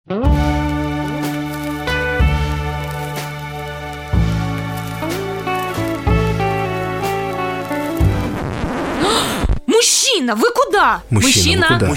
Мужчина, вы куда? Мужчина, вы куда?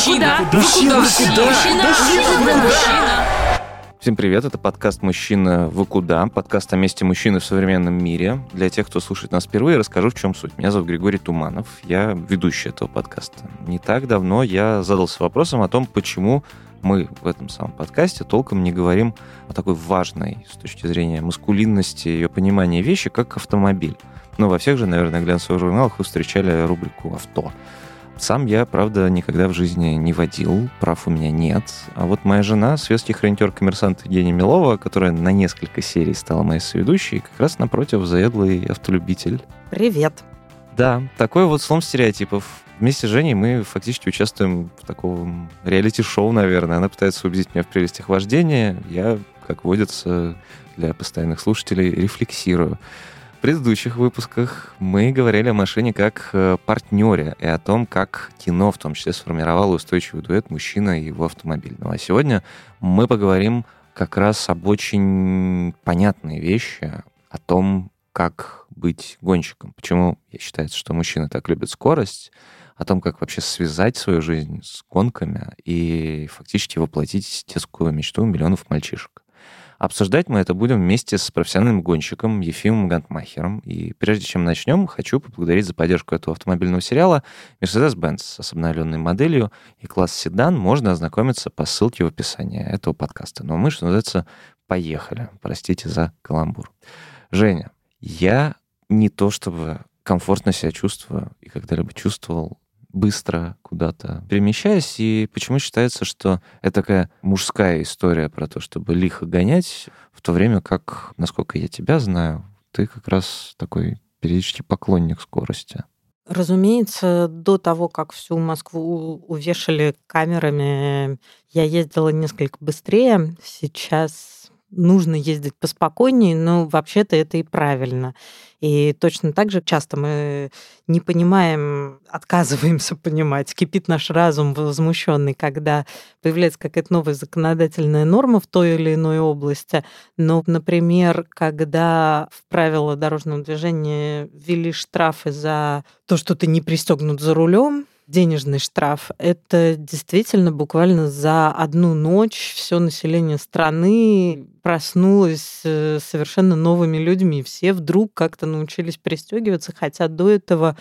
Мужчина. Всем привет, это подкаст «Мужчина, вы куда?», подкаст о месте мужчины в современном мире. Для тех, кто слушает нас впервые, расскажу, в чем суть. Меня зовут Григорий Туманов, я ведущий этого подкаста. Не так давно я задался вопросом о том, почему мы в этом самом подкасте толком не говорим о такой важной с точки зрения маскулинности и понимания вещи, как автомобиль. Ну, во всех же, наверное, глянцевых журналах вы встречали рубрику «Авто». Сам я, правда, никогда в жизни не водил, прав у меня нет. А вот моя жена, светский хронитер-коммерсант Евгения Милова, которая на несколько серий стала моей соведущей, как раз напротив заедлый автолюбитель. Привет. Да, такой вот слом стереотипов. Вместе с Женей мы фактически участвуем в таком реалити-шоу, наверное. Она пытается убедить меня в прелестях вождения. Я, как водится, для постоянных слушателей, рефлексирую. В предыдущих выпусках мы говорили о машине как партнере и о том, как кино в том числе сформировало устойчивый дуэт мужчина и его автомобиль. Ну а сегодня мы поговорим как раз об очень понятной вещи, о том, как быть гонщиком. Почему считается, что мужчины так любят скорость, о том, как вообще связать свою жизнь с гонками и фактически воплотить детскую мечту миллионов мальчишек. Обсуждать мы это будем вместе с профессиональным гонщиком Ефимом Гантмахером. И прежде чем начнем, хочу поблагодарить за поддержку этого автомобильного сериала Mercedes-Benz с обновленной моделью и класс седан. Можно ознакомиться по ссылке в описании этого подкаста. Ну а мы, что называется, поехали. Простите за каламбур. Женя, я не то чтобы комфортно себя чувствую и когда-либо чувствовал быстро куда-то перемещаясь, и почему считается, что это такая мужская история про то, чтобы лихо гонять, в то время как, насколько я тебя знаю, ты как раз такой периодически поклонник скорости. Разумеется, до того, как всю Москву увешали камерами, я ездила несколько быстрее. Сейчас нужно ездить поспокойнее, но вообще-то это и правильно. И точно так же часто мы не понимаем, отказываемся понимать, кипит наш разум возмущенный, когда появляется какая-то новая законодательная норма в той или иной области. Но, например, когда в правила дорожного движения ввели штрафы за то, что ты не пристегнут за рулем, денежный штраф, это действительно буквально за одну ночь все население страны проснулось совершенно новыми людьми. Все вдруг как-то научились пристегиваться, хотя до этого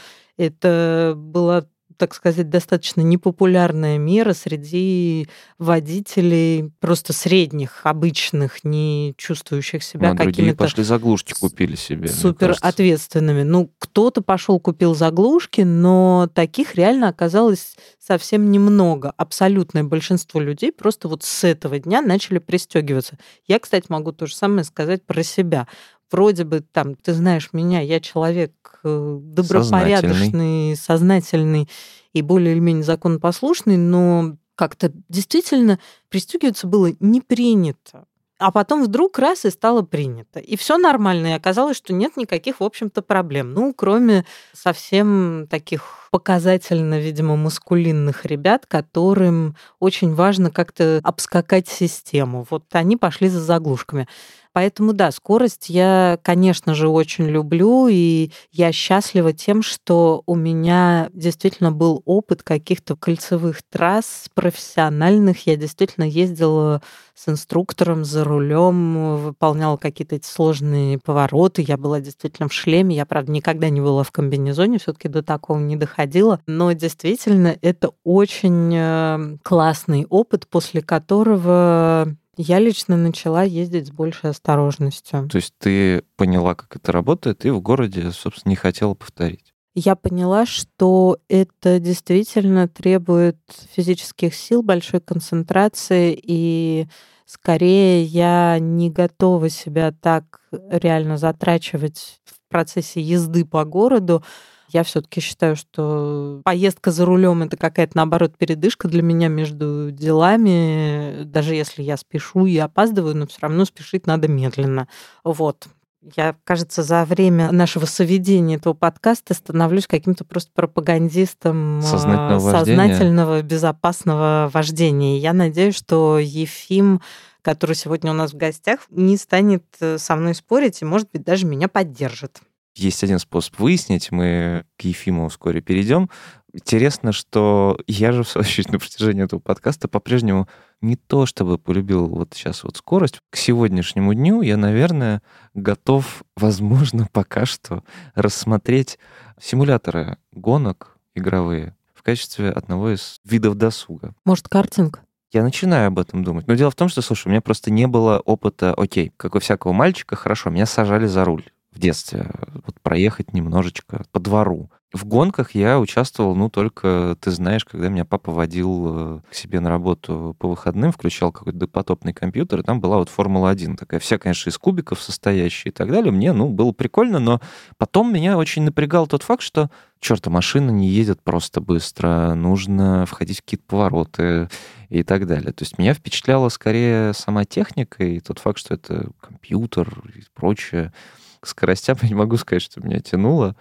это была, так сказать, достаточно непопулярная мера среди водителей просто средних, обычных, не чувствующих себя какими-то... Другие пошли заглушки купили себе. Супер ответственными. Ну, кто-то пошел купил заглушки, но таких реально оказалось совсем немного. Абсолютное большинство людей просто вот с этого дня начали пристегиваться. Я, кстати, могу то же самое сказать про себя. Вроде бы там, ты знаешь меня, я человек добропорядочный, сознательный и более или менее законопослушный, но как-то действительно пристегиваться было не принято. А потом вдруг раз и стало принято. И все нормально. И оказалось, что нет никаких, в общем-то, проблем. Ну, кроме совсем таких показательно, видимо, маскулинных ребят, которым очень важно как-то обскакать систему. Вот они пошли за заглушками. Поэтому, да, скорость я, конечно же, очень люблю, и я счастлива тем, что у меня действительно был опыт каких-то кольцевых трасс профессиональных. Я действительно ездила с инструктором за рулем, выполняла какие-то эти сложные повороты. Я была действительно в шлеме. Я, правда, никогда не была в комбинезоне, все-таки до такого не доходила. Но действительно, это очень классный опыт, после которого я лично начала ездить с большей осторожностью. То есть ты поняла, как это работает, и в городе, собственно, не хотела повторить. Я поняла, что это действительно требует физических сил, большой концентрации, и скорее я не готова себя так реально затрачивать в процессе езды по городу. Я все-таки считаю, что поездка за рулем это какая-то, наоборот, передышка для меня между делами. Даже если я спешу и опаздываю, но все равно спешить надо медленно. Вот. Я, кажется, за время нашего соведения этого подкаста становлюсь каким-то просто пропагандистом сознательного, безопасного вождения. Я надеюсь, что Ефим, который сегодня у нас в гостях, не станет со мной спорить и, может быть, даже меня поддержит. Есть один способ выяснить, мы к Ефиму вскоре перейдем. Интересно, что я же, в свою очередь, на протяжении этого подкаста по-прежнему не то чтобы полюбил вот сейчас вот скорость. К сегодняшнему дню я, наверное, готов, возможно, пока что рассмотреть симуляторы гонок игровые в качестве одного из видов досуга. Может, картинг? Я начинаю об этом думать. Но дело в том, что, слушай, у меня просто не было опыта, окей, как у всякого мальчика, хорошо, меня сажали за руль в детстве, вот проехать немножечко по двору. В гонках я участвовал, только, ты знаешь, когда меня папа водил к себе на работу по выходным, включал какой-то допотопный компьютер, и там была вот Формула-1 такая, вся, конечно, из кубиков состоящая и так далее. Мне, было прикольно, но потом меня очень напрягал тот факт, что, черт, машина не едет просто быстро, нужно входить в какие-то повороты и так далее. То есть меня впечатляла скорее сама техника и тот факт, что это компьютер и прочее. К скоростям я не могу сказать, что меня тянуло.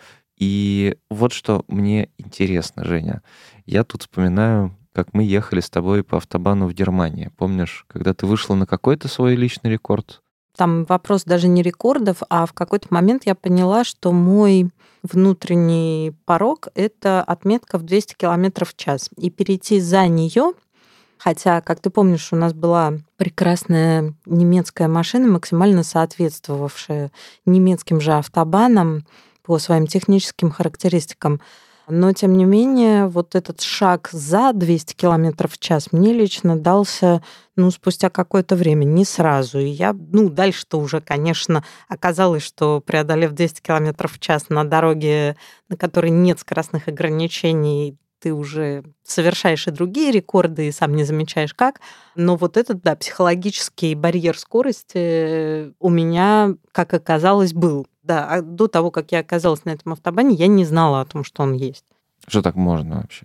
И вот что мне интересно, Женя. Я тут вспоминаю, как мы ехали с тобой по автобану в Германии. Помнишь, когда ты вышла на какой-то свой личный рекорд? Там вопрос даже не рекордов, а в какой-то момент я поняла, что мой внутренний порог — это отметка в 200 км в час. И перейти за нее, хотя, как ты помнишь, у нас была прекрасная немецкая машина, максимально соответствовавшая немецким же автобанам по своим техническим характеристикам. Но, тем не менее, вот этот шаг за 200 км в час мне лично дался, спустя какое-то время, не сразу. И я, дальше-то уже, конечно, оказалось, что, преодолев 200 км в час на дороге, на которой нет скоростных ограничений, ты уже совершаешь и другие рекорды, и сам не замечаешь как. Но вот этот, психологический барьер скорости у меня, как оказалось, был. Да, а до того, как я оказалась на этом автобане, я не знала о том, что он есть. Что так можно вообще?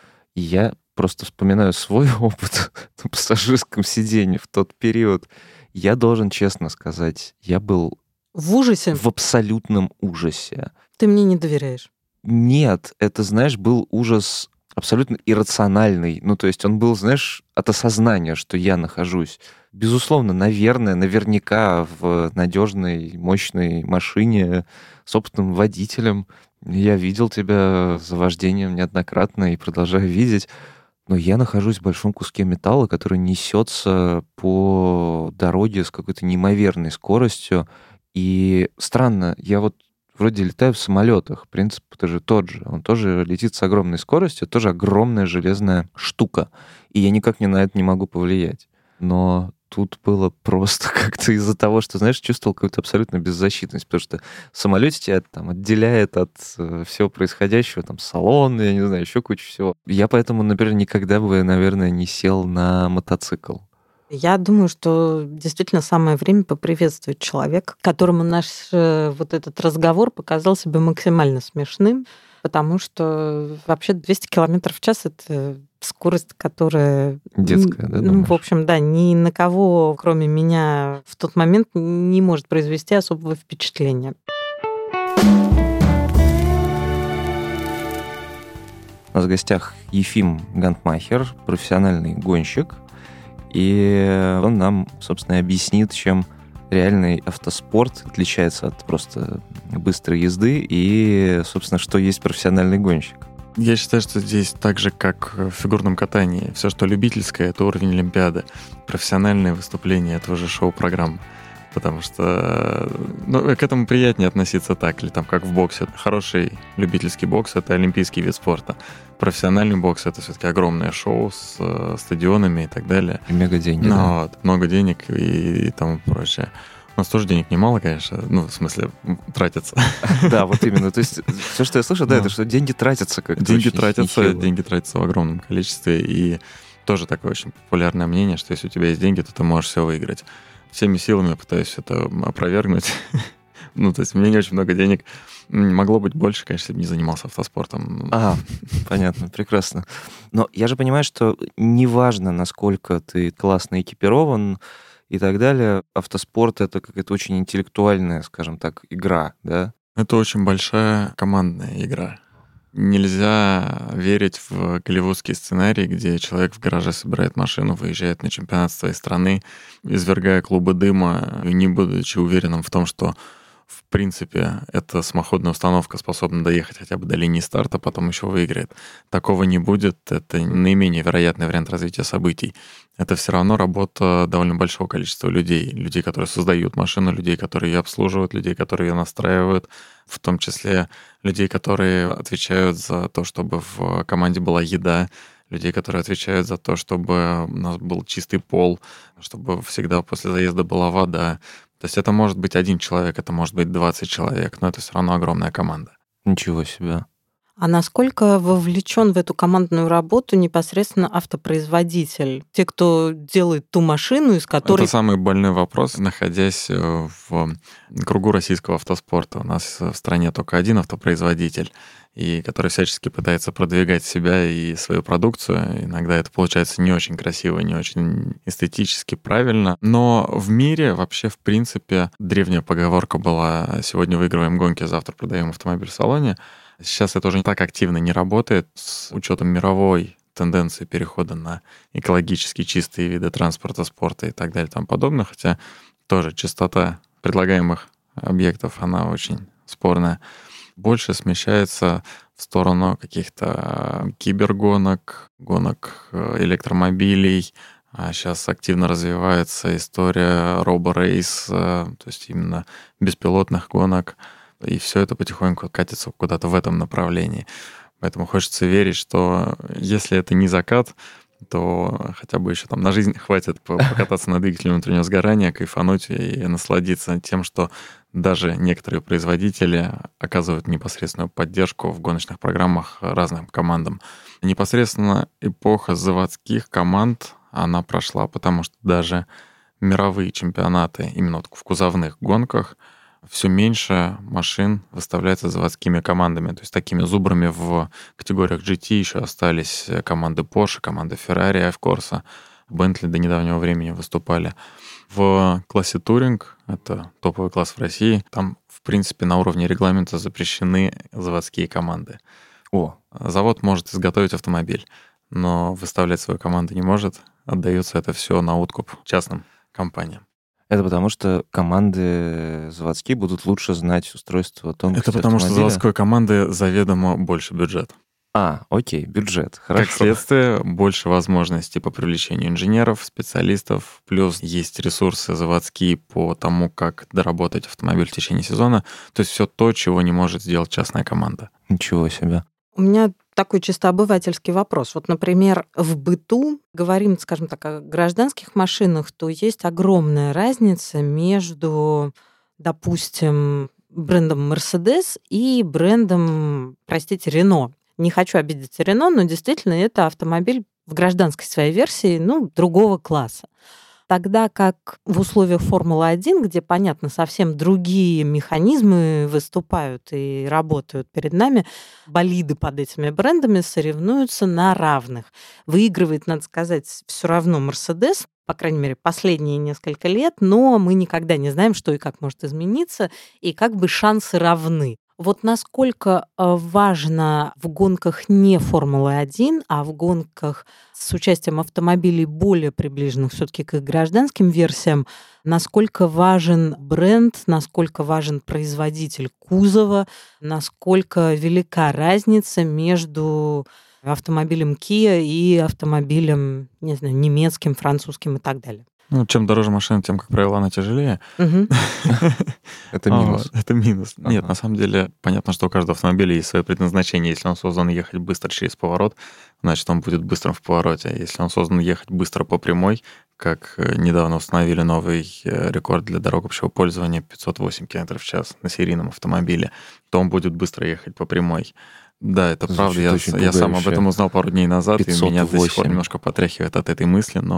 Я просто вспоминаю свой опыт на пассажирском сиденье в тот период. Я должен честно сказать, я был в ужасе? В абсолютном ужасе. Ты мне не доверяешь? Нет, это, знаешь, был ужас абсолютно иррациональный. То есть он был, знаешь, от осознания, что я нахожусь, безусловно, наверняка в надежной, мощной машине с опытным водителем. Я видел тебя за вождением неоднократно и продолжаю видеть. Но я нахожусь в большом куске металла, который несется по дороге с какой-то неимоверной скоростью. И странно, я вот вроде летаю в самолетах. Принцип тоже тот же. Он тоже летит с огромной скоростью, тоже огромная железная штука. И я никак на это не могу повлиять. Но тут было просто как-то из-за того, что, знаешь, чувствовал какую-то абсолютную беззащитность, потому что в самолете тебя там отделяет от всего происходящего, там салон, я не знаю, еще куча всего. Я поэтому, например, никогда бы, наверное, не сел на мотоцикл. Я думаю, что действительно самое время поприветствовать человека, которому наш вот этот разговор показался бы максимально смешным, потому что вообще 200 км в час — это скорость, которая... Детская, да, думаешь? В общем, да, ни на кого, кроме меня, в тот момент не может произвести особого впечатления. У нас в гостях Ефим Гантмахер, профессиональный гонщик, и он нам, собственно, объяснит, чем реальный автоспорт отличается от просто быстрой езды и, собственно, что есть профессиональный гонщик. Я считаю, что здесь так же, как в фигурном катании. Все, что любительское, это уровень Олимпиады. Профессиональные выступления — это уже шоу-программа. Потому что к этому приятнее относиться так, или там как в боксе. Хороший любительский бокс — это олимпийский вид спорта. Профессиональный бокс — это все-таки огромное шоу с стадионами и так далее. И мега деньги. Да? Много денег и тому прочее. У нас тоже денег немало, конечно, в смысле, тратятся. Да, вот именно. То есть все, что я слышу, да, это что деньги тратятся как-то. Деньги тратятся в огромном количестве. И тоже такое очень популярное мнение, что если у тебя есть деньги, то ты можешь все выиграть. Всеми силами пытаюсь это опровергнуть. То есть у меня не очень много денег. Могло быть больше, конечно, если бы не занимался автоспортом. Понятно, прекрасно. Но я же понимаю, что неважно, насколько ты классно экипирован, и так далее. Автоспорт — это какая-то очень интеллектуальная, скажем так, игра, да? Это очень большая командная игра. Нельзя верить в голливудский сценарий, где человек в гараже собирает машину, выезжает на чемпионат своей страны, извергая клубы дыма, не будучи уверенным в том, что в принципе эта самоходная установка способна доехать хотя бы до линии старта, потом еще выиграет. Такого не будет. Это наименее вероятный вариант развития событий. Это все равно работа довольно большого количества людей. Людей, которые создают машину, людей, которые ее обслуживают, людей, которые ее настраивают, в том числе людей, которые отвечают за то, чтобы в команде была еда, людей, которые отвечают за то, чтобы у нас был чистый пол, чтобы всегда после заезда была вода. То есть это может быть один человек, это может быть 20 человек, но это все равно огромная команда. Ничего себе. А насколько вовлечен в эту командную работу непосредственно автопроизводитель? Те, кто делает ту машину, из которой... Это самый больной вопрос, находясь в кругу российского автоспорта. У нас в стране только один автопроизводитель, и который всячески пытается продвигать себя и свою продукцию. Иногда это получается не очень красиво, не очень эстетически правильно. Но в мире вообще, в принципе, древняя поговорка была «сегодня выигрываем гонки, завтра продаем автомобиль в салоне». Сейчас это уже так активно не работает с учетом мировой тенденции перехода на экологически чистые виды транспорта, спорта и так далее и тому подобное, хотя тоже частота предлагаемых объектов, она очень спорная. Больше смещается в сторону каких-то кибергонок, гонок электромобилей. А сейчас активно развивается история роборейс, то есть именно беспилотных гонок. И все это потихоньку катится куда-то в этом направлении. Поэтому хочется верить, что если это не закат, то хотя бы еще там на жизнь хватит покататься на двигателе внутреннего сгорания, кайфануть и насладиться тем, что даже некоторые производители оказывают непосредственную поддержку в гоночных программах разным командам. Непосредственно эпоха заводских команд, она прошла, потому что даже мировые чемпионаты именно вот в кузовных гонках все меньше машин выставляется заводскими командами. То есть такими зубрами в категориях GT еще остались команды Porsche, команды Ferrari, F-Corsa, Bentley до недавнего времени выступали. В классе Touring, это топовый класс в России, там, в принципе, на уровне регламента запрещены заводские команды. Завод может изготовить автомобиль, но выставлять свою команду не может. Отдается это все на откуп частным компаниям. Это потому, что команды заводские будут лучше знать устройство тонкости Это потому, что автомобиля? заводской команды заведомо больше бюджет. Окей, бюджет, хорошо. Как следствие, больше возможностей по привлечению инженеров, специалистов, плюс есть ресурсы заводские по тому, как доработать автомобиль в течение сезона. То есть все то, чего не может сделать частная команда. Ничего себе. У меня такой чисто обывательский вопрос. Вот, например, в быту, говорим, скажем так, о гражданских машинах, то есть огромная разница между, допустим, брендом Mercedes и брендом, простите, Renault. Не хочу обидеть Renault, но действительно это автомобиль в гражданской своей версии, другого класса. Тогда как в условиях Формулы-1, где, понятно, совсем другие механизмы выступают и работают перед нами, болиды под этими брендами соревнуются на равных. Выигрывает, надо сказать, все равно Mercedes, по крайней мере, последние несколько лет, но мы никогда не знаем, что и как может измениться, и как бы шансы равны. Вот насколько важно в гонках не Формулы-1, а в гонках с участием автомобилей более приближенных все-таки к их гражданским версиям, насколько важен бренд, насколько важен производитель кузова, насколько велика разница между автомобилем Kia и автомобилем, не знаю, немецким, французским и так далее. Чем дороже машина, тем, как правило, она тяжелее. Это минус. Это минус. Нет, на самом деле, понятно, что у каждого автомобиля есть свое предназначение. Если он создан ехать быстро через поворот, значит, он будет быстрым в повороте. Если он создан ехать быстро по прямой, как недавно установили новый рекорд для дорог общего пользования 508 км в час на серийном автомобиле, то он будет быстро ехать по прямой. Да, это правда. Я сам об этом узнал пару дней назад, 508. И меня до сих пор немножко потряхивает от этой мысли, но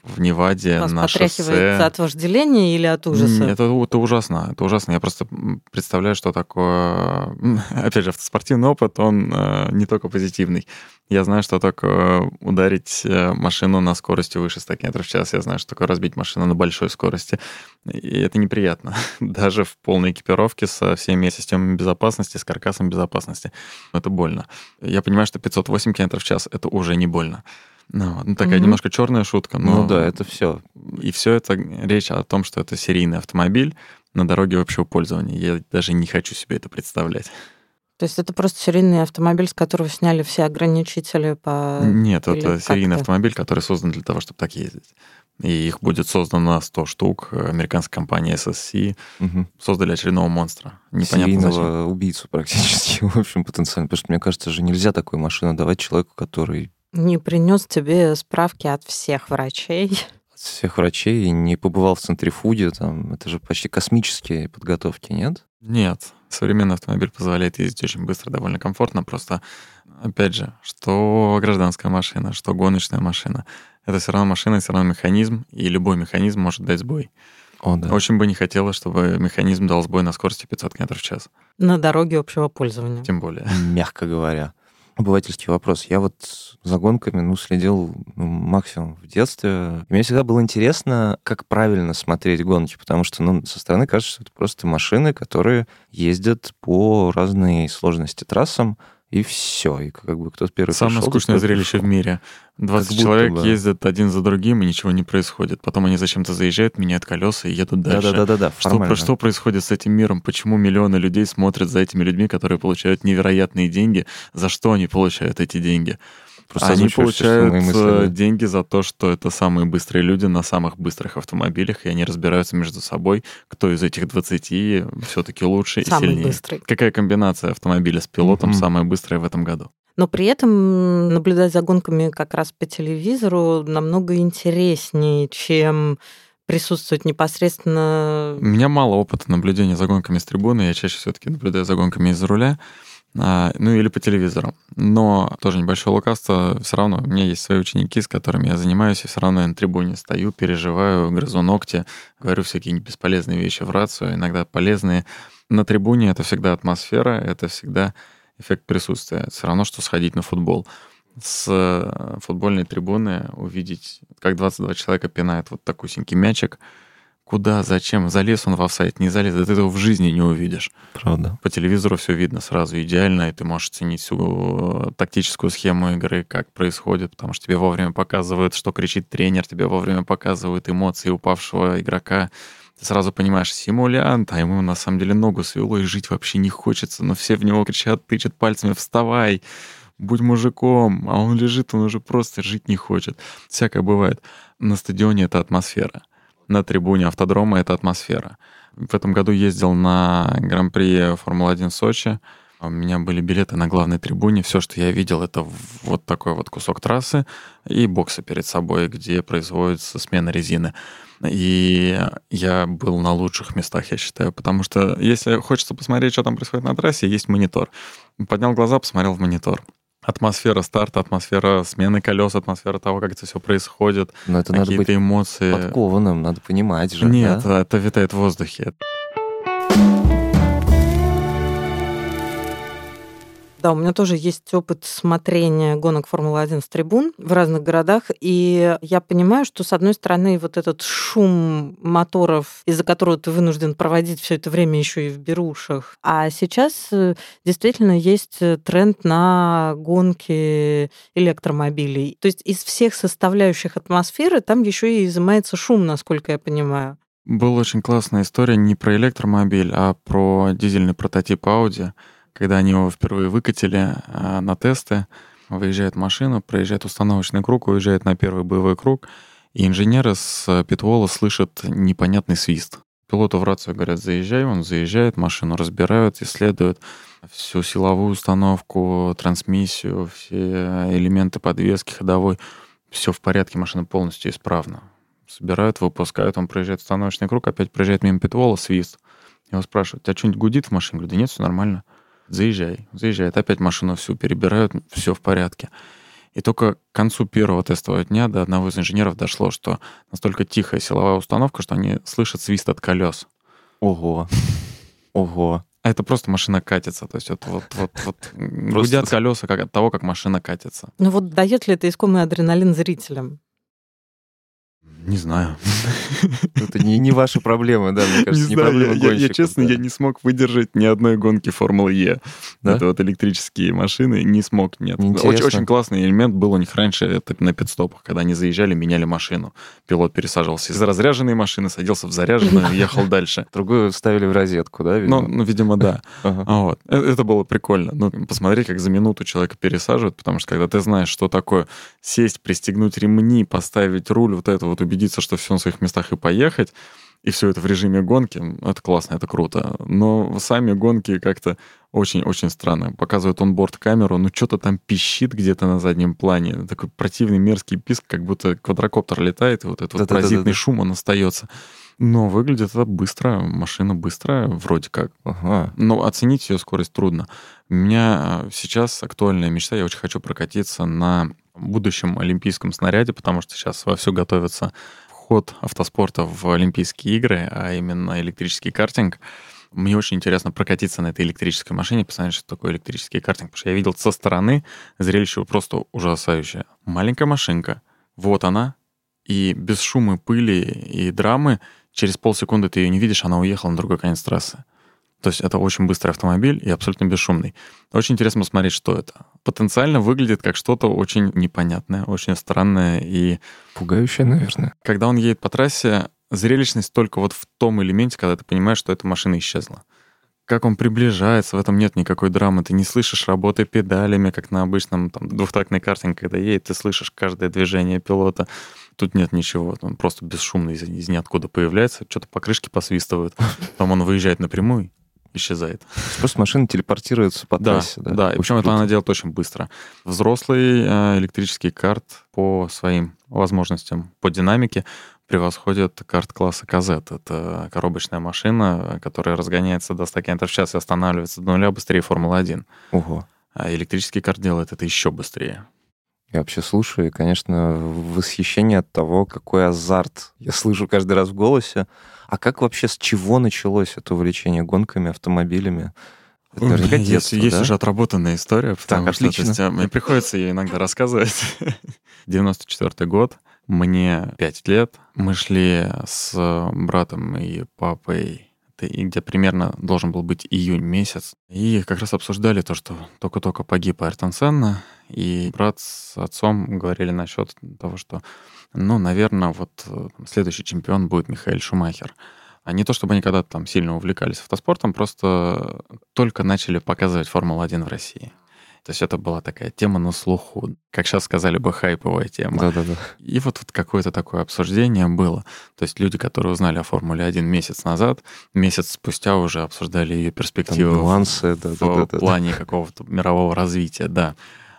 в Неваде Вас на потряхивает шоссе. от вожделения или от ужаса? Это ужасно, это ужасно. Я просто представляю, что такое... Опять же, автоспортивный опыт, он не только позитивный. Я знаю, что такое ударить машину на скорости выше 100 км в час. Я знаю, что такое разбить машину на большой скорости. И это неприятно. Даже в полной экипировке со всеми системами безопасности, с каркасом безопасности. Это больно. Я понимаю, что 508 км в час — это уже не больно. Ну, такая немножко черная шутка. Но... Ну да, это все. И все это речь о том, что это серийный автомобиль на дороге общего пользования. Я даже не хочу себе это представлять. То есть это просто серийный автомобиль, с которого сняли все ограничители по... Нет, Или это серийный как-то? автомобиль, который создан для того, чтобы так ездить. И их будет создано 100 штук. Американская компания SSC создали очередного монстра. Непонятно Серийного зачем. убийцу практически, в общем, потенциально. Потому что, мне кажется же, нельзя такую машину давать человеку, который Не принес тебе справки от всех врачей. от всех врачей не побывал в центрифуге. Там, это же почти космические подготовки, нет? Нет, современный автомобиль позволяет ездить очень быстро, довольно комфортно. Просто, опять же, что гражданская машина, что гоночная машина, это все равно машина, все равно механизм, и любой механизм может дать сбой. О, да. Очень бы не хотелось, чтобы механизм дал сбой на скорости 500 км в час. На дороге общего пользования. Тем более. Мягко говоря. Обывательский вопрос. Я вот за гонками, следил максимум в детстве. И мне всегда было интересно, как правильно смотреть гонки, потому что, со стороны кажется, что это просто машины, которые ездят по разной сложности трассам, и все. И как бы кто-то первый Самое пришел, скучное кто-то зрелище в пришел. мире. 20 Как будто человек бы. ездят один за другим, и ничего не происходит. Потом они зачем-то заезжают, меняют колеса и едут дальше. Да-да-да, формально. Что происходит с этим миром? Почему миллионы людей смотрят за этими людьми, которые получают невероятные деньги? За что они получают эти деньги? Просто Они озвучиваешь все свои получают мысли, да. деньги за то, что это самые быстрые люди на самых быстрых автомобилях, и они разбираются между собой, кто из этих 20 все-таки лучше и Самый сильнее. быстрый. Какая комбинация автомобиля с пилотом Мгм. самая быстрая в этом году? Но при этом наблюдать за гонками как раз по телевизору намного интереснее, чем присутствовать непосредственно. У меня мало опыта наблюдения за гонками с трибуны, я чаще все-таки наблюдаю за гонками из-за руля, или по телевизору. Но тоже небольшое лукавство, все равно у меня есть свои ученики, с которыми я занимаюсь, и все равно я на трибуне стою, переживаю, грызу ногти, говорю всякие бесполезные вещи в рацию, иногда полезные. На трибуне это всегда атмосфера, это всегда эффект присутствия. Все равно, что сходить на футбол. С футбольной трибуны увидеть, как 22 человека пинают вот такусенький мячик. Куда, зачем? Залез он в офсайд, не залез, да ты этого в жизни не увидишь. Правда. По телевизору все видно сразу идеально, и ты можешь ценить всю тактическую схему игры, как происходит, потому что тебе вовремя показывают, что кричит тренер, тебе вовремя показывают эмоции упавшего игрока. Ты сразу понимаешь, симулянт, а ему на самом деле ногу свело, и жить вообще не хочется, но все в него кричат, тычат пальцами: «Вставай! Будь мужиком!» А он лежит, он уже просто жить не хочет. Всякое бывает. На стадионе это атмосфера. На трибуне автодрома это атмосфера. В этом году ездил на Гран-при Формулы-1 в Сочи. У меня были билеты на главной трибуне. Все, что я видел, это вот такой вот кусок трассы и боксы перед собой, где производится смена резины. И я был на лучших местах, я считаю, потому что если хочется посмотреть, что там происходит на трассе, есть монитор. Поднял глаза, посмотрел в монитор. Атмосфера старта, атмосфера смены колес, атмосфера того, как это все происходит, Но это надо быть какие-то эмоции. подкованным, надо понимать же. Нет, да? это витает в воздухе. Да, у меня тоже есть опыт смотрения гонок Формулы-1 с трибун в разных городах, и я понимаю, что, с одной стороны, вот этот шум моторов, из-за которого ты вынужден проводить все это время еще и в берушах, а сейчас действительно есть тренд на гонки электромобилей. То есть из всех составляющих атмосферы там еще и изымается шум, насколько я понимаю. Была очень классная история не про электромобиль, а про дизельный прототип Audi. Когда они его впервые выкатили на тесты, выезжает машина, проезжает установочный круг, уезжает на первый боевой круг, и инженеры с питвола слышат непонятный свист. Пилоту в рацию говорят: заезжай, он заезжает, машину разбирают, исследуют всю силовую установку, трансмиссию, все элементы подвески ходовой. Все в порядке, машина полностью исправна. Собирают, выпускают, он проезжает установочный круг, опять проезжает мимо питвола, свист. Его спрашивают: у тебя что-нибудь гудит в машине? Говорю: да нет, все нормально. Заезжает. Опять машину всю перебирают, все в порядке. И только к концу первого тестового дня до одного из инженеров дошло, что настолько тихая силовая установка, что они слышат свист от колес. Ого. Ого. А это просто машина катится. То есть вот гудят колеса как от того, как машина катится. Ну вот дает ли это искомый адреналин зрителям? Не знаю. Это не ваша проблема, да, мне кажется, не проблема гонщиков. Я честно, я не смог выдержать ни одной гонки Формулы Е. Да? Это вот электрические машины, не смог, нет. Интересно. Очень классный элемент был у них раньше, это на пит-стопах, когда они заезжали, меняли машину. Пилот пересаживался из разряженной машины, садился в заряженную и ехал дальше. Другую ставили в розетку, да, видимо? Ну, видимо, да. Ага. Вот. Это было прикольно. Ну, посмотреть, как за минуту человека пересаживают, потому что когда ты знаешь, что такое сесть, пристегнуть ремни, поставить руль, вот это вот убедиться, что все на своих местах и поехать, и все это в режиме гонки, это классно, это круто. Но сами гонки как-то очень-очень странно. Показывают онборд-камеру, ну что-то там пищит где-то на заднем плане. Такой противный мерзкий писк, как будто квадрокоптер летает, и вот этот вот паразитный шум, он остается. Но выглядит это быстро, машина быстрая, вроде как. Ага. Но оценить ее скорость трудно. У меня сейчас актуальная мечта, я очень хочу прокатиться на будущем олимпийском снаряде, потому что сейчас вовсю готовится вход автоспорта в Олимпийские игры, а именно электрический картинг. Мне очень интересно прокатиться на этой электрической машине, посмотреть, что такое электрический картинг, потому что я видел со стороны зрелище просто ужасающее. Маленькая машинка, вот она, и без шума, пыли и драмы через полсекунды ты ее не видишь, она уехала на другой конец трассы. То есть это очень быстрый автомобиль и абсолютно бесшумный. Очень интересно посмотреть, что это. Потенциально выглядит как что-то очень непонятное, очень странное и... Пугающее, наверное. Когда он едет по трассе, зрелищность только вот в том элементе, когда ты понимаешь, что эта машина исчезла. Как он приближается, в этом нет никакой драмы. Ты не слышишь работы педалями, как на обычном там, двухтактный картинг, когда едет, ты слышишь каждое движение пилота. Тут нет ничего. Он просто бесшумно из ниоткуда появляется, что-то по крышке посвистывает. Потом он выезжает напрямую, исчезает. Просто машина телепортируется по трассе. Да, и причем это она делает очень быстро. Взрослый электрический карт по своим возможностям, по динамике превосходит карт класса КЗ. Это коробочная машина, которая разгоняется до 100 км в час и останавливается до нуля быстрее Формулы-1. Ого. А электрический карт делает это еще быстрее. Я вообще слушаю, и, конечно, восхищение от того, какой азарт я слышу каждый раз в голосе. А как вообще, с чего началось это увлечение гонками, автомобилями? Это наверняка детство, есть да? уже отработанная история, потому Так, что отлично. мне приходится ее иногда рассказывать. 94-й год, мне 5 лет. Мы шли с братом и папой, и где примерно должен был быть июнь месяц, и как раз обсуждали то, что только-только погиб Айртон Сенна, и брат с отцом говорили насчет того, что, ну, наверное, вот следующий чемпион будет Михаэль Шумахер. А не то, чтобы они когда-то там сильно увлекались автоспортом, просто только начали показывать Формулу-1 в России. То есть это была такая тема на слуху, как сейчас сказали бы, хайповая тема. Да-да-да. И вот какое-то такое обсуждение было. То есть люди, которые узнали о Формуле-1 месяц назад, месяц спустя уже обсуждали ее перспективы Там нюансы, в плане какого-то мирового развития, да.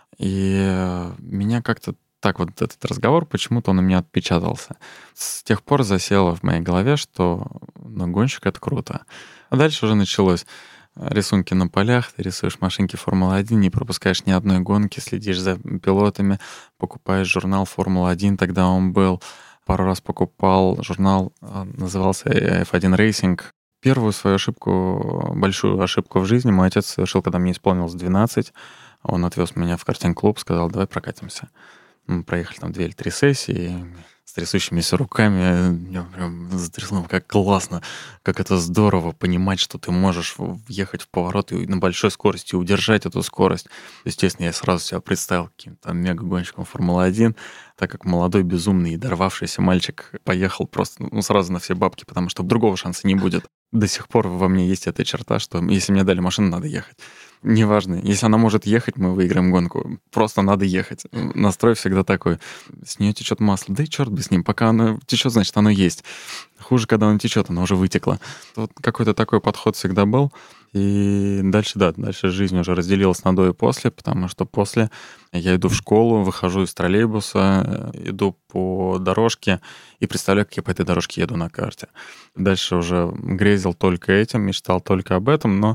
И меня как-то так вот этот разговор, почему-то он у меня отпечатался. С тех пор засело в моей голове, что гонщик — это круто. А дальше уже началось. Рисунки на полях, ты рисуешь машинки Формулы-1, не пропускаешь ни одной гонки, следишь за пилотами, покупаешь журнал Формула-1, тогда он был. Пару раз покупал журнал, назывался F1 Racing. Первую свою ошибку, большую ошибку в жизни мой отец совершил, когда мне исполнилось 12. Он отвез меня в картинг-клуб, сказал, давай прокатимся. Мы проехали там 2 или 3 сессии, с трясущимися руками. Меня прям затрясло, как классно, как это здорово понимать, что ты можешь въехать в поворот и на большой скорости удержать эту скорость. Естественно, я сразу себя представил каким-то мега-гонщиком Формулы-1, так как молодой, безумный и дорвавшийся мальчик поехал просто сразу на все бабки, потому что другого шанса не будет. До сих пор во мне есть эта черта, что если мне дали машину, надо ехать. Неважно, если она может ехать, мы выиграем гонку. Просто надо ехать. Настрой всегда такой. С нее течет масло. Да и черт бы с ним. Пока оно течет, значит, оно есть. Хуже, когда оно течет, оно уже вытекло. Вот какой-то такой подход всегда был. И дальше жизнь уже разделилась на до и после, потому что после я иду в школу, выхожу из троллейбуса, иду по дорожке и представляю, как я по этой дорожке еду на карте. Дальше уже грезил только этим, мечтал только об этом, но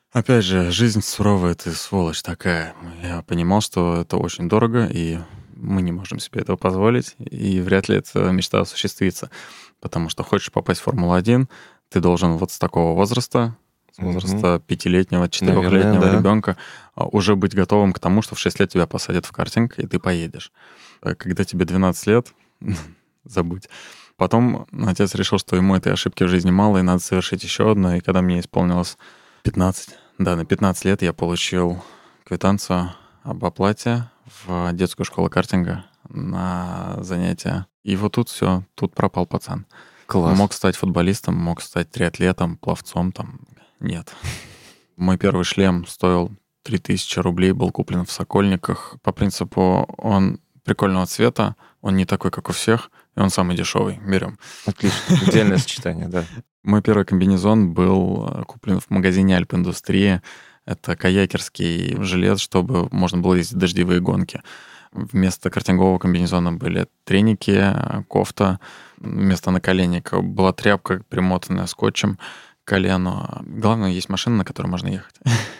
Опять же, жизнь суровая, ты сволочь такая. Я понимал, что это очень дорого, и мы не можем себе этого позволить, и вряд ли эта мечта осуществится. Потому что хочешь попасть в Формулу-1, ты должен вот с такого возраста, с возраста 5-летнего, 4-летнего ребенка, уже быть готовым к тому, что в 6 лет тебя посадят в картинг, и ты поедешь. А когда тебе 12 лет, забудь. Потом отец решил, что ему этой ошибки в жизни мало, и надо совершить еще одну. И когда мне исполнилось 15, на 15 лет я получил квитанцию об оплате в детскую школу картинга на занятия. И вот тут все, тут пропал пацан. Класс. Мог стать футболистом, мог стать триатлетом, пловцом там. Нет. Мой первый шлем стоил 3000 рублей, был куплен в Сокольниках. По принципу, он прикольного цвета, он не такой, как у всех, и он самый дешевый. Берем. Отлично. Идеальное сочетание, да. Мой первый комбинезон был куплен в магазине Альп-Индустрия. Это каякерский жилет, чтобы можно было ездить в дождевые гонки. Вместо картингового комбинезона были треники, кофта. Вместо наколенника была тряпка, примотанная скотчем к колену. Главное, есть машина, на которой можно ехать.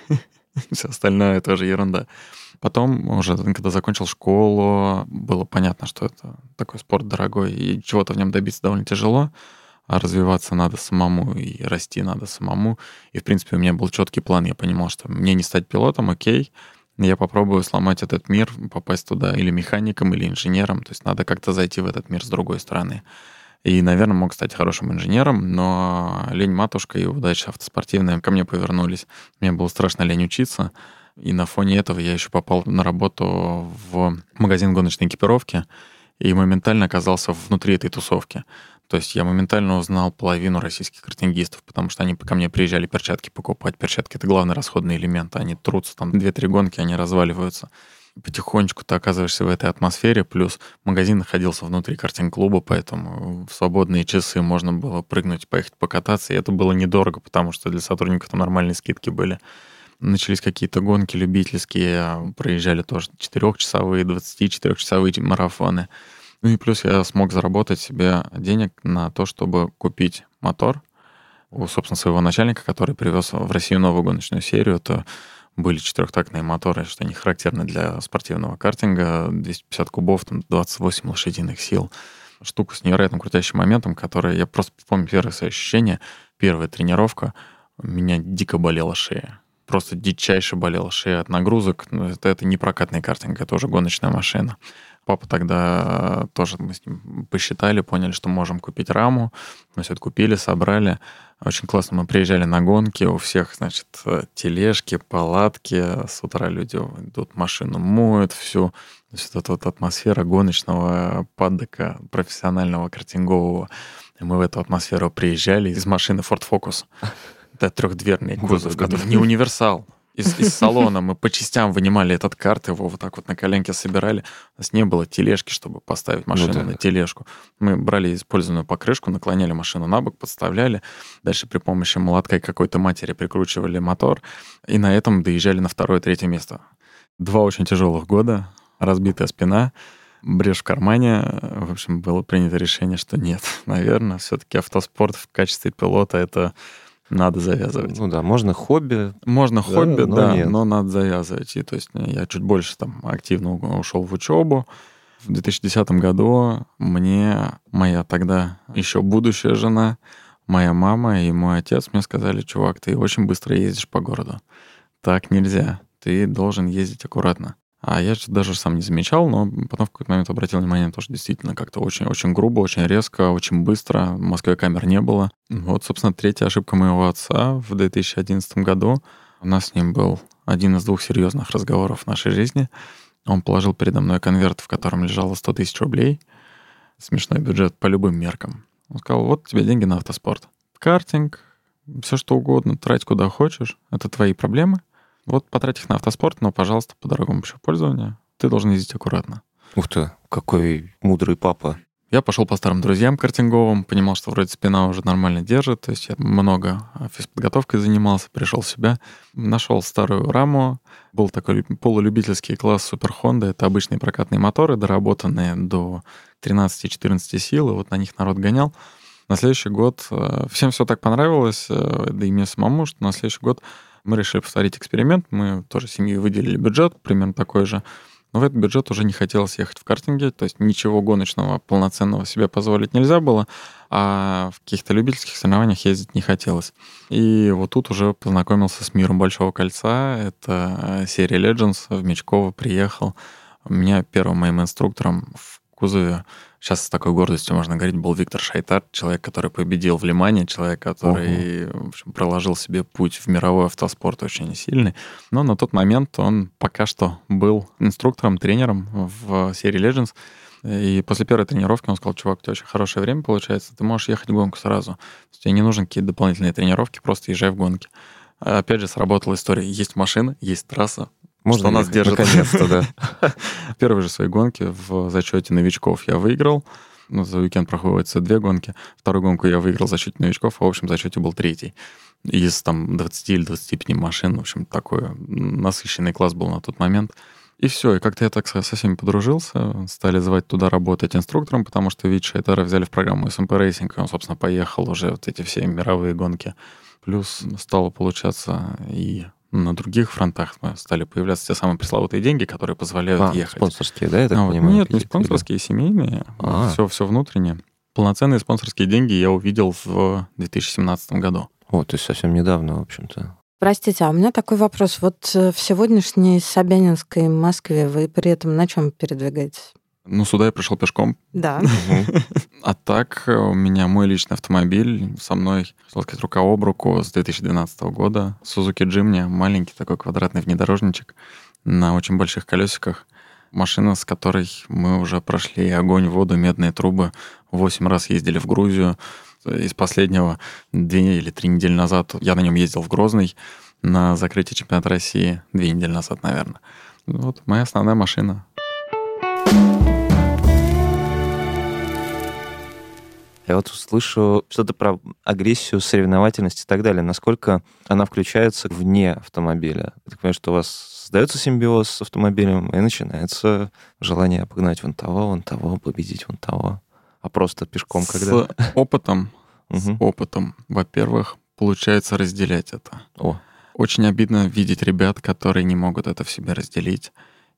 Все остальное тоже ерунда. Потом, уже когда закончил школу, было понятно, что это такой спорт дорогой, и чего-то в нем добиться довольно тяжело, а развиваться надо самому, и расти надо самому. И, в принципе, у меня был четкий план. Я понимал, что мне не стать пилотом, окей, я попробую сломать этот мир, попасть туда или механиком, или инженером. То есть надо как-то зайти в этот мир с другой стороны. И, наверное, мог стать хорошим инженером, но лень-матушка и удача автоспортивная ко мне повернулись. Мне было страшно лень учиться. И на фоне этого я еще попал на работу в магазин гоночной экипировки и моментально оказался внутри этой тусовки. То есть я моментально узнал половину российских картингистов, потому что они ко мне приезжали перчатки покупать. Перчатки — это главный расходный элемент. Они трутся, там 2-3 гонки, они разваливаются. Потихонечку ты оказываешься в этой атмосфере, плюс магазин находился внутри картинг-клуба, поэтому в свободные часы можно было прыгнуть, поехать покататься, и это было недорого, потому что для сотрудников там нормальные скидки были. Начались какие-то гонки любительские, проезжали тоже 4-часовые, 24-часовые марафоны. Ну и плюс я смог заработать себе денег на то, чтобы купить мотор у, собственно, своего начальника, который привез в Россию новую гоночную серию. Это были 4-тактные моторы, что они характерны для спортивного картинга, 250 кубов, там 28 лошадиных сил. Штука с невероятным крутящим моментом, который я просто помню первые свои ощущения. Первая тренировка, у меня дико болела шея. Просто дичайше болела шея от нагрузок. Это не прокатный картинг, это уже гоночная машина. Папа тогда тоже, мы с ним посчитали, поняли, что можем купить раму. Мы все это купили, собрали. Очень классно, мы приезжали на гонки, у всех, значит, тележки, палатки. С утра люди идут, машину моют всю. То есть эта вот атмосфера гоночного паддока, профессионального картингового. И мы в эту атмосферу приезжали из машины Ford Focus. Это трехдверный кузов, который не универсал. Из салона мы по частям вынимали этот карт, его вот так вот на коленке собирали. У нас не было тележки, чтобы поставить машину на тележку. Мы брали использованную покрышку, наклоняли машину на бок, подставляли. Дальше при помощи молотка и какой-то матери прикручивали мотор. И на этом доезжали на 2-3 место. 2 очень тяжелых года, разбитая спина, брешь в кармане. В общем, было принято решение, что нет, наверное, все-таки автоспорт в качестве пилота — это надо завязывать. Ну да, можно хобби. Можно хобби, да, нет. но надо завязывать. И то есть я чуть больше там активно ушел в учебу. В 2010 году мне моя тогда еще будущая жена, моя мама и мой отец мне сказали: чувак, ты очень быстро ездишь по городу. Так нельзя. Ты должен ездить аккуратно. А я даже сам не замечал, но потом в какой-то момент обратил внимание, тоже действительно как-то очень грубо, очень резко, очень быстро. В Москве камер не было. Вот, собственно, 3-я ошибка моего отца в 2011 году. У нас с ним был один из 2 серьезных разговоров в нашей жизни. Он положил передо мной конверт, в котором лежало 100 000 рублей. Смешной бюджет по любым меркам. Он сказал: вот тебе деньги на автоспорт. Картинг, все что угодно, трать куда хочешь. Это твои проблемы. Вот потрать их на автоспорт, но, пожалуйста, по дорогому пользованию ты должен ездить аккуратно. Ух ты, какой мудрый папа. Я пошел по старым друзьям картинговым, понимал, что вроде спина уже нормально держит, то есть я много физподготовкой занимался, пришел в себя, нашел старую раму, был такой полулюбительский класс Супер Хонда, это обычные прокатные моторы, доработанные до 13-14 сил, и вот на них народ гонял. На следующий год всем все так понравилось, да и мне самому, что на следующий год Мы решили повторить эксперимент, мы тоже семьей выделили бюджет, примерно такой же. Но в этот бюджет уже не хотелось ехать в картинге, то есть ничего гоночного полноценного себе позволить нельзя было, а в каких-то любительских соревнованиях ездить не хотелось. И вот тут уже познакомился с миром Большого кольца. Это серия Legends, в Мечково приехал. У меня первым моим инструктором в кузове, сейчас с такой гордостью можно говорить, был Виктор Шайтар, человек, который победил в Лимане, человек, который в общем, проложил себе путь в мировой автоспорт очень сильный. Но на тот момент он пока что был инструктором, тренером в серии Legends. И после первой тренировки он сказал: чувак, у тебя очень хорошее время получается, ты можешь ехать в гонку сразу. Тебе не нужны какие-то дополнительные тренировки, просто езжай в гонки. Опять же, сработала история. Есть машина, есть трасса. Можно что нас держит. Наконец-то, да. Первые же свои гонки в зачете новичков я выиграл. За уикенд проходятся 2 гонки. Вторую гонку я выиграл в зачете новичков, а в общем зачете был 3-й. Из 20 или 25 машин. В общем, такой насыщенный класс был на тот момент. И все, и как-то я так со всеми подружился, стали звать туда работать инструктором, потому что Вит Шайтара взяли в программу SMP Racing, и он, собственно, поехал уже эти все мировые гонки. Плюс стало получаться и на других фронтах стали появляться те самые пресловутые деньги, которые позволяют ехать. Спонсорские, да, я так понимаю? Нет, не спонсорские, семейные, все внутреннее. Полноценные спонсорские деньги я увидел в 2017 году. То есть совсем недавно, в общем-то. Простите, а у меня такой вопрос. Вот в сегодняшней Собянинской Москве вы при этом на чем передвигаетесь? Сюда я пришел пешком. Да. А так у меня мой личный автомобиль со мной, хотел сказать, рука об руку с 2012 года. Suzuki Jimny, маленький такой квадратный внедорожничек на очень больших колесиках. Машина, с которой мы уже прошли огонь, воду, медные трубы. 8 раз ездили в Грузию. Из последнего 2 или 3 недели назад я на нем ездил в Грозный на закрытие чемпионата России 2 недели назад, наверное. Вот моя основная машина. Я вот услышу что-то про агрессию, соревновательность и так далее. Насколько она включается вне автомобиля? Я так понимаю, что у вас создается симбиоз с автомобилем, и начинается желание обогнать вон того, победить вон того. А просто пешком когда? С опытом, во-первых, получается разделять это. Очень обидно видеть ребят, которые не могут это в себе разделить,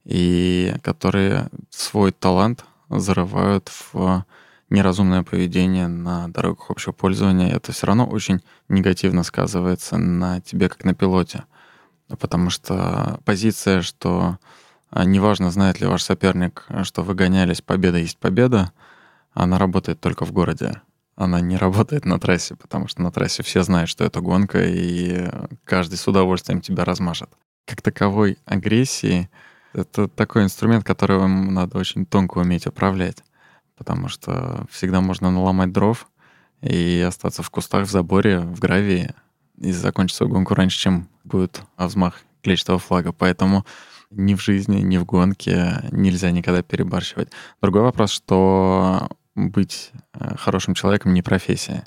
и которые свой талант зарывают в неразумное поведение на дорогах общего пользования. Это все равно очень негативно сказывается на тебе, как на пилоте. Потому что позиция, что неважно, знает ли ваш соперник, что вы гонялись, победа есть победа, она работает только в городе. Она не работает на трассе, потому что на трассе все знают, что это гонка, и каждый с удовольствием тебя размажет. Как таковой агрессии — это такой инструмент, который вам надо очень тонко уметь управлять, потому что всегда можно наломать дров и остаться в кустах, в заборе, в гравии и закончить свою гонку раньше, чем будет взмах клетчатого флага. Поэтому ни в жизни, ни в гонке нельзя никогда перебарщивать. Другой вопрос, что быть хорошим человеком не профессия.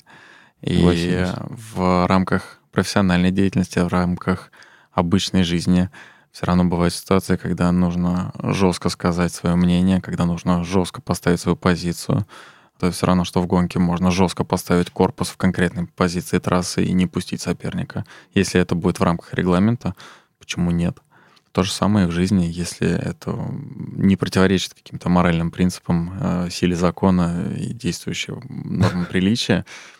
И в рамках профессиональной деятельности, в рамках обычной жизни все равно бывают ситуации, когда нужно жестко сказать свое мнение, когда нужно жестко поставить свою позицию. Это все равно, что в гонке можно жестко поставить корпус в конкретной позиции трассы и не пустить соперника. Если это будет в рамках регламента, почему нет? То же самое и в жизни, если это не противоречит каким-то моральным принципам, силе закона и действующим нормам приличия,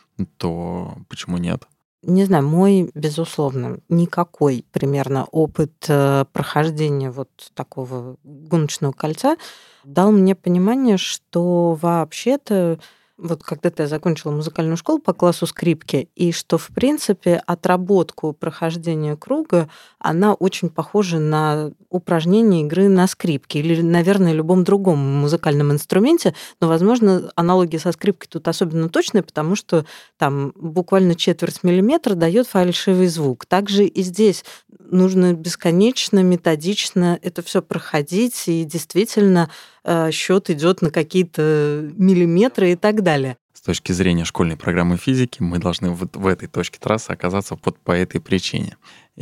то почему нет? Не знаю, мой, безусловно, никакой примерно опыт прохождения вот такого гоночного кольца дал мне понимание, что вообще-то вот когда-то я закончила музыкальную школу по классу скрипки, и что, в принципе, отработку прохождения круга, она очень похожа на упражнение игры на скрипке или, наверное, любом другом музыкальном инструменте, но, возможно, аналогия со скрипкой тут особенно точная, потому что там буквально 0,1 миллиметра дает фальшивый звук. Также и здесь нужно бесконечно, методично это все проходить, и действительно счет идет на какие-то миллиметры и так далее. С точки зрения школьной программы физики мы должны вот в этой точке трассы оказаться вот по этой причине.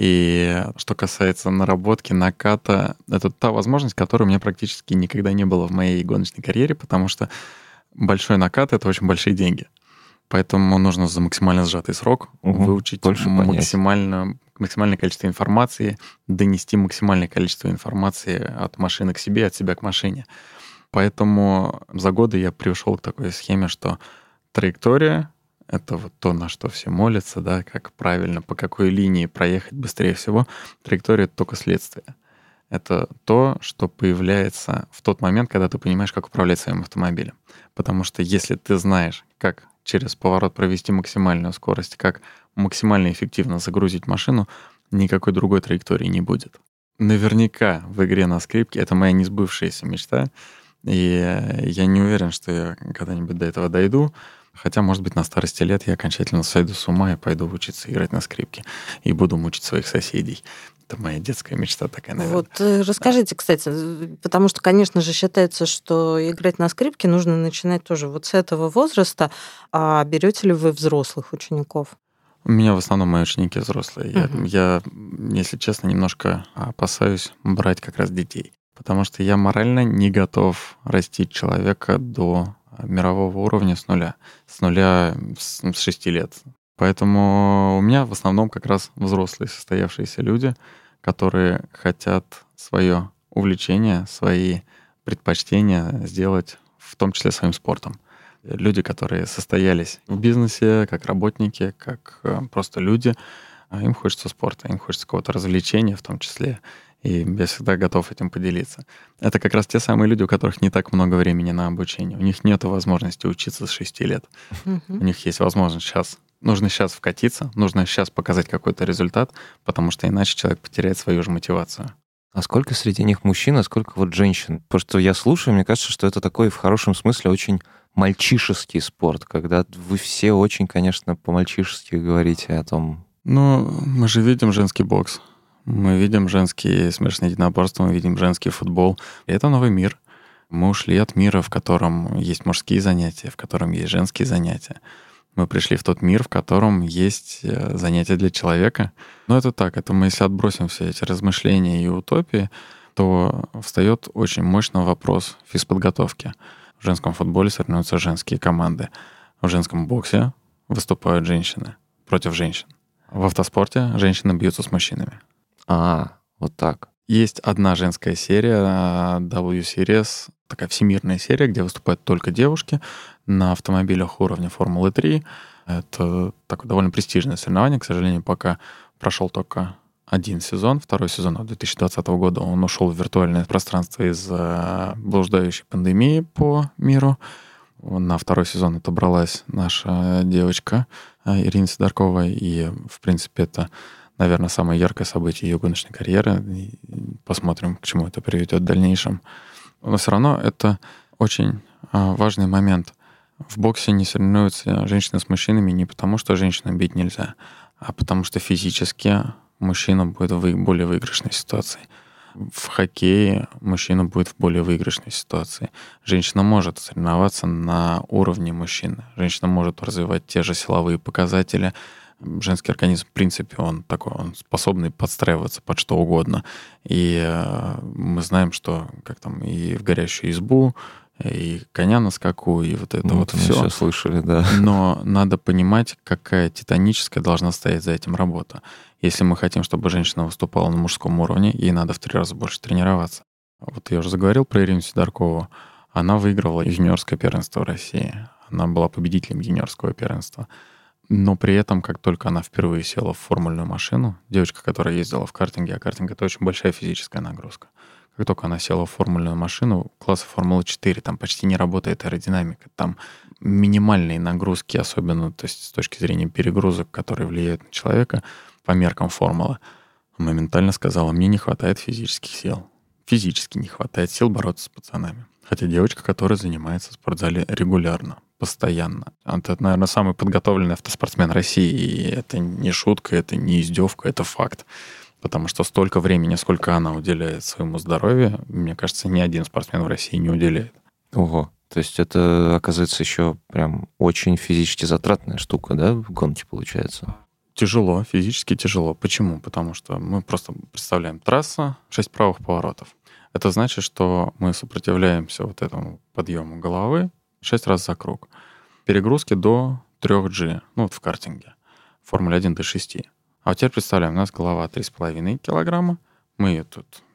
И что касается наработки, наката, это та возможность, которой у меня практически никогда не было в моей гоночной карьере, потому что большой накат — это очень большие деньги. Поэтому нужно за максимально сжатый срок выучить максимально максимальное количество информации, донести максимальное количество информации от машины к себе, от себя к машине. Поэтому за годы я пришел к такой схеме, что траектория — это вот то, на что все молятся, да, как правильно, по какой линии проехать быстрее всего. Траектория — это только следствие. Это то, что появляется в тот момент, когда ты понимаешь, как управлять своим автомобилем. Потому что если ты знаешь, как через поворот провести максимальную скорость, как максимально эффективно загрузить машину, никакой другой траектории не будет. Наверняка в игре на скрипке — это моя несбывшаяся мечта, и я не уверен, что я когда-нибудь до этого дойду. Хотя, может быть, на старости лет я окончательно сойду с ума и пойду учиться играть на скрипке. И буду мучить своих соседей. Это моя детская мечта такая, наверное. Вот расскажите, кстати, потому что, конечно же, считается, что играть на скрипке нужно начинать тоже вот с этого возраста. А берете ли вы взрослых учеников? У меня в основном мои ученики взрослые. Я, если честно, немножко опасаюсь брать как раз детей. Потому что я морально не готов растить человека до мирового уровня с нуля. С 6 лет. Поэтому у меня в основном как раз взрослые состоявшиеся люди, которые хотят свое увлечение, свои предпочтения сделать в том числе своим спортом. Люди, которые состоялись в бизнесе, как работники, как просто люди, им хочется спорта, им хочется какого-то развлечения в том числе. И я всегда готов этим поделиться. Это как раз те самые люди, у которых не так много времени на обучение. У них нет возможности учиться с 6 лет. У них есть возможность сейчас. Нужно сейчас вкатиться, нужно сейчас показать какой-то результат, потому что иначе человек потеряет свою же мотивацию. А сколько среди них мужчин, а сколько вот женщин? Потому что я слушаю, мне кажется, что это такой в хорошем смысле очень мальчишеский спорт, когда вы все очень, конечно, по-мальчишески говорите о том. Ну, мы же видим женский бокс. Мы видим женские смешанные единоборства, мы видим женский футбол. И это новый мир. Мы ушли от мира, в котором есть мужские занятия, в котором есть женские занятия. Мы пришли в тот мир, в котором есть занятия для человека. Но это так, это мы если отбросим все эти размышления и утопии, то встает очень мощный вопрос физподготовки. В женском футболе соревнуются женские команды. В женском боксе выступают женщины против женщин. В автоспорте женщины бьются с мужчинами. Вот так. Есть одна женская серия, W-Series, такая всемирная серия, где выступают только девушки на автомобилях уровня Формулы-3. Это такое довольно престижное соревнование. К сожалению, пока прошел только один сезон, второй сезон от 2020 года. Он ушел в виртуальное пространство из-за блуждающей пандемии по миру. На второй сезон отобралась наша девочка Ирина Сидоркова. И, в принципе, это, наверное, самое яркое событие ее гоночной карьеры. И посмотрим, к чему это приведет в дальнейшем. Но все равно это очень важный момент. В боксе не соревнуются женщины с мужчинами не потому, что женщинам бить нельзя, а потому что физически мужчина будет в более выигрышной ситуации. В хоккее мужчина будет в более выигрышной ситуации. Женщина может соревноваться на уровне мужчины. Женщина может развивать те же силовые показатели. Женский организм, в принципе, он такой, он способный подстраиваться под что угодно. И мы знаем, что как там и в горящую избу, и коня на скаку, и вот это вот все. Мы все слышали, да. Но надо понимать, какая титаническая должна стоять за этим работа. Если мы хотим, чтобы женщина выступала на мужском уровне, ей надо в 3 раза больше тренироваться. Вот я уже заговорил про Ирину Сидоркову. Она выигрывала юниорское первенство России. Она была победителем юниорского первенства. Но при этом, как только она впервые села в формульную машину, девочка, которая ездила в картинге, а картинг — это очень большая физическая нагрузка. Как только она села в формульную машину класса Формулы-4, там почти не работает аэродинамика. Там минимальные нагрузки, особенно то есть с точки зрения перегрузок, которые влияют на человека по меркам формулы. Моментально сказала, мне не хватает физических сил. Физически не хватает сил бороться с пацанами. Хотя девочка, которая занимается в спортзале регулярно, постоянно. Это, наверное, самый подготовленный автоспортсмен России. И это не шутка, это не издевка, это факт. Потому что столько времени, сколько она уделяет своему здоровью, мне кажется, ни один спортсмен в России не уделяет. Ого. То есть это, оказывается, еще прям очень физически затратная штука, да, в гонке получается? Тяжело, физически тяжело. Почему? Потому что мы просто представляем трасса, 6 правых поворотов. Это значит, что мы сопротивляемся вот этому подъему головы 6 раз за круг. Перегрузки до 3G, ну вот в картинге. В Формуле 1 до 6. А вот теперь представляем, у нас голова 3,5 килограмма. Мы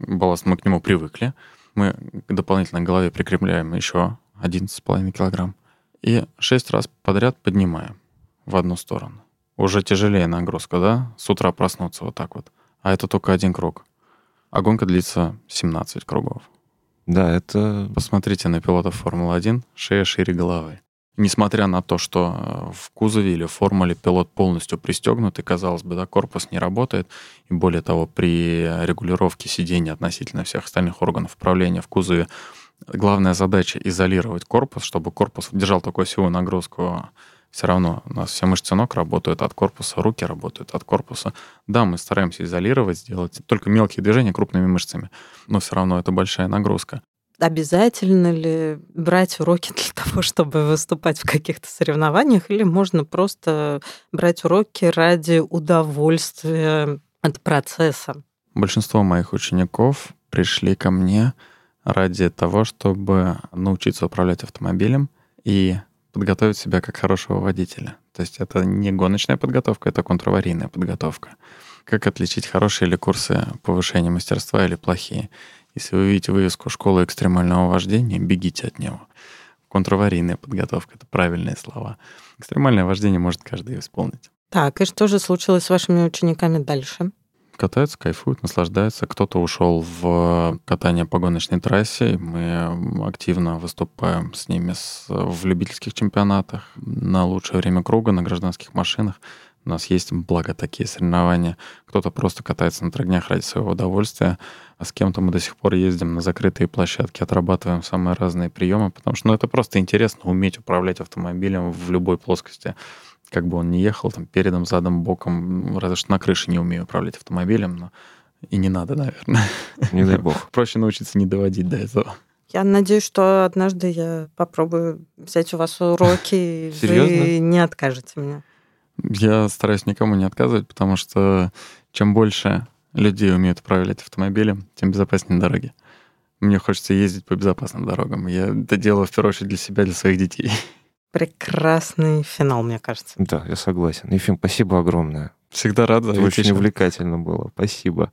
к нему привыкли. Мы дополнительно к голове прикрепляем еще 11,5 килограмм. И 6 раз подряд поднимаем в одну сторону. Уже тяжелее нагрузка, да? С утра проснуться вот так вот. А это только один круг. А гонка длится 17 кругов. Да, это... Посмотрите на пилотов Формулы-1, шея шире головы. Несмотря на то, что в кузове или в формуле пилот полностью пристегнут, и, казалось бы, да, корпус не работает, и более того, при регулировке сидения относительно всех остальных органов управления в кузове главная задача — изолировать корпус, чтобы корпус держал такую осевую нагрузку. Все равно у нас все мышцы ног работают от корпуса, руки работают от корпуса. Да, мы стараемся изолировать, сделать только мелкие движения крупными мышцами, но все равно это большая нагрузка. Обязательно ли брать уроки для того, чтобы выступать в каких-то соревнованиях, или можно просто брать уроки ради удовольствия от процесса? Большинство моих учеников пришли ко мне ради того, чтобы научиться управлять автомобилем и подготовить себя как хорошего водителя. То есть это не гоночная подготовка, это контраварийная подготовка. Как отличить хорошие ли курсы повышения мастерства или плохие? Если вы видите вывеску «Школа экстремального вождения», бегите от него. Контраварийная подготовка — это правильные слова. Экстремальное вождение может каждый исполнить. Так, и что же случилось с вашими учениками дальше? Катаются, кайфуют, наслаждаются. Кто-то ушел в катание по гоночной трассе. Мы активно выступаем с ними в любительских чемпионатах, на лучшее время круга, на гражданских машинах. У нас есть, благо, такие соревнования. Кто-то просто катается на тройнях ради своего удовольствия, а с кем-то мы до сих пор ездим на закрытые площадки, отрабатываем самые разные приемы, потому что это просто интересно — уметь управлять автомобилем в любой плоскости. Как бы он ни ехал, там, передом, задом, боком, разве что на крыше не умею управлять автомобилем, но и не надо, наверное. Не дай бог. Проще научиться не доводить до этого. Я надеюсь, что однажды я попробую взять у вас уроки, и Серьезно? вы не откажете мне. Я стараюсь никому не отказывать, потому что чем больше людей умеют управлять автомобилем, тем безопаснее дороги. Мне хочется ездить по безопасным дорогам. Я это делаю в первую очередь для себя, для своих детей. Прекрасный финал, мне кажется. Да, я согласен. Ефим, спасибо огромное. Всегда рад. Это очень увлекательно было. Спасибо.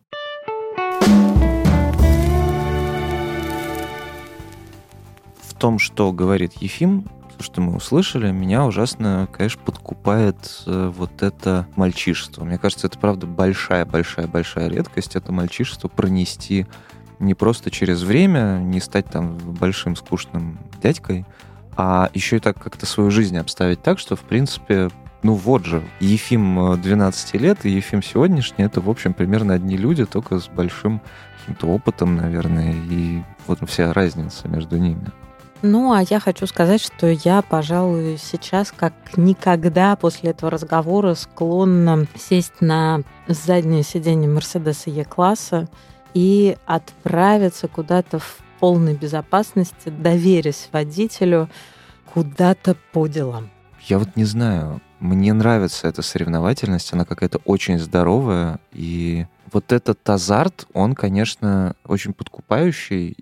В том, что говорит Ефим, то, что мы услышали, меня ужасно, конечно, подкупает вот это мальчишество. Мне кажется, это, правда, большая-большая-большая редкость. Это мальчишество пронести не просто через время, не стать там большим скучным дядькой, а еще и так как-то свою жизнь обставить так, что, в принципе, вот же, Ефим 12 лет и Ефим сегодняшний — это, в общем, примерно одни люди, только с большим каким-то опытом, наверное, и вот вся разница между ними. А я хочу сказать, что я, пожалуй, сейчас как никогда после этого разговора склонна сесть на заднее сиденье Мерседеса Е-класса и отправиться куда-то в полной безопасности, доверясь водителю, куда-то по делам. Я вот не знаю, мне нравится эта соревновательность, она какая-то очень здоровая, и вот этот азарт, он, конечно, очень подкупающий,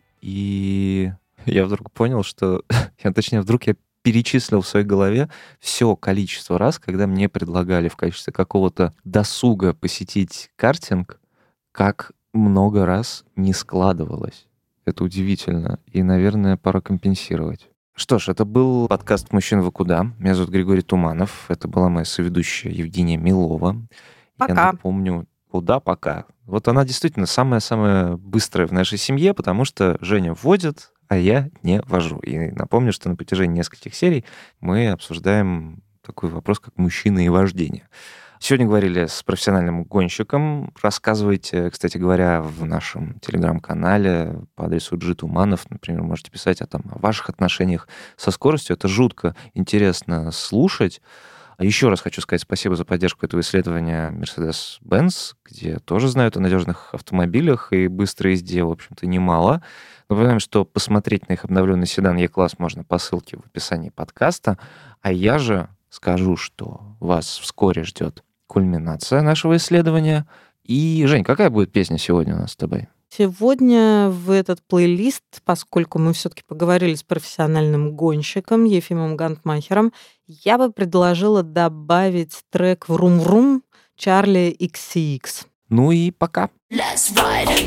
и я вдруг понял, что... вдруг я перечислил в своей голове все количество раз, когда мне предлагали в качестве какого-то досуга посетить картинг, как много раз не складывалось. Это удивительно. И, наверное, пора компенсировать. Что ж, это был подкаст «Мужчин, вы куда?». Меня зовут Григорий Туманов. Это была моя соведущая Евгения Милова. Пока. Я напомню, куда пока. Вот она действительно самая-самая быстрая в нашей семье, потому что Женя вводит, а я не вожу. И напомню, что на протяжении нескольких серий мы обсуждаем такой вопрос, как мужчины и вождение. Сегодня говорили с профессиональным гонщиком. Рассказывайте, кстати говоря, в нашем телеграм-канале по адресу G-Туманов, например, можете писать о ваших отношениях со скоростью. Это жутко интересно слушать. Еще раз хочу сказать спасибо за поддержку этого исследования Mercedes-Benz, где тоже знают о надежных автомобилях, и быстрой езде, в общем-то, немало. Напоминаем, что посмотреть на их обновленный седан E-класс можно по ссылке в описании подкаста. А я же скажу, что вас вскоре ждет кульминация нашего исследования. И, Жень, какая будет песня сегодня у нас с тобой? Сегодня в этот плейлист, поскольку мы все-таки поговорили с профессиональным гонщиком Ефимом Гантмахером, я бы предложила добавить трек «Врум-врум» Charlie XCX. Ну и пока. Let's ride.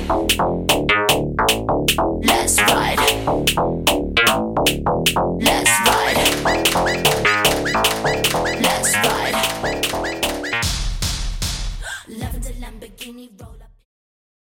Let's ride. Let's ride.